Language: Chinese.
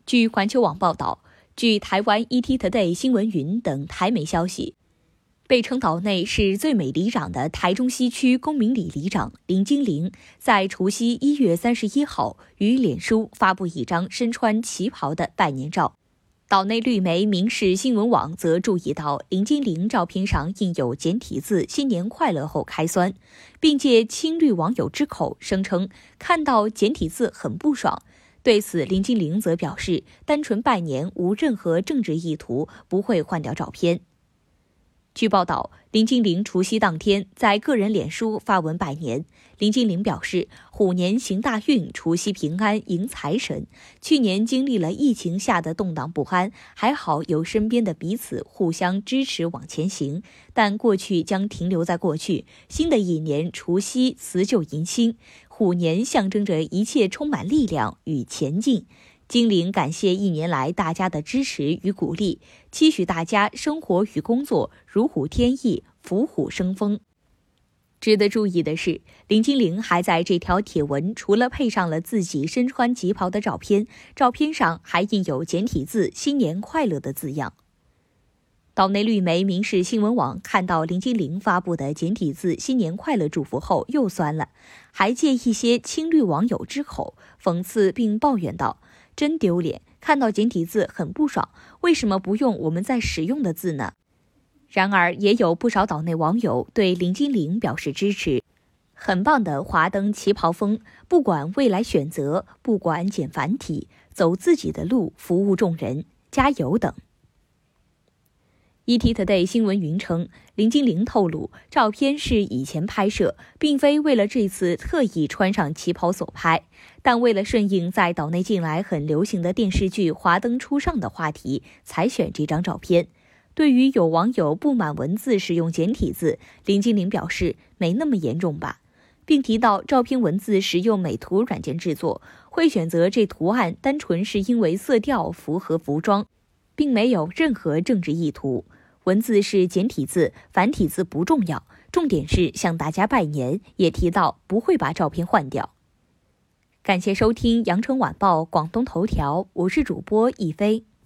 据环球网报道，据台湾 ETtoday 新闻云等台媒消息，被称岛内是最美里长的台中西区公民里里长林金玲，在除夕1月31号于脸书发布一张身穿旗袍的拜年照。岛内绿媒民视新闻网则注意到林金玲照片上印有简体字“新年快乐”后开酸，并借亲绿网友之口声称看到简体字很不爽。对此，林金玲则表示，单纯拜年，无任何政治意图，不会换掉照片。据报道，林金玲除夕当天在个人脸书发文拜年。林金玲表示，虎年行大运，除夕平安迎财神。去年经历了疫情下的动荡不安，还好有身边的彼此互相支持往前行，但过去将停留在过去。新的一年除夕辞旧迎新，虎年象征着一切充满力量与前进。金玲感谢1年来大家的支持与鼓励，期许大家生活与工作如虎添翼，伏虎生风。值得注意的是，林金玲还在这条帖文除了配上了自己身穿旗袍的照片，照片上还印有简体字“新年快乐”的字样。岛内绿媒民视新闻网看到林金玲发布的简体字“新年快乐”祝福后又酸了，还借一些亲绿网友之口讽刺并抱怨道：“真丢脸，看到简体字很不爽，为什么不用我们在使用的字呢？”然而，也有不少岛内网友对林金玲表示支持，很棒的华灯旗袍风，不管未来选择，不管简繁体，走自己的路，服务众人，加油等。ETtoday 新闻云称，林金玲透露，照片是以前拍摄，并非为了这次特意穿上旗袍所拍，但为了顺应在岛内近来很流行的电视剧《华灯初上》的话题，才选这张照片。对于有网友不满文字使用简体字，林金玲表示没那么严重吧，并提到照片文字使用美图软件制作，会选择这图案单纯是因为色调符合服装，并没有任何政治意图。文字是简体字，繁体字不重要，重点是向大家拜年，也提到不会把照片换掉。感谢收听羊城晚报广东头条，我是主播亦飞。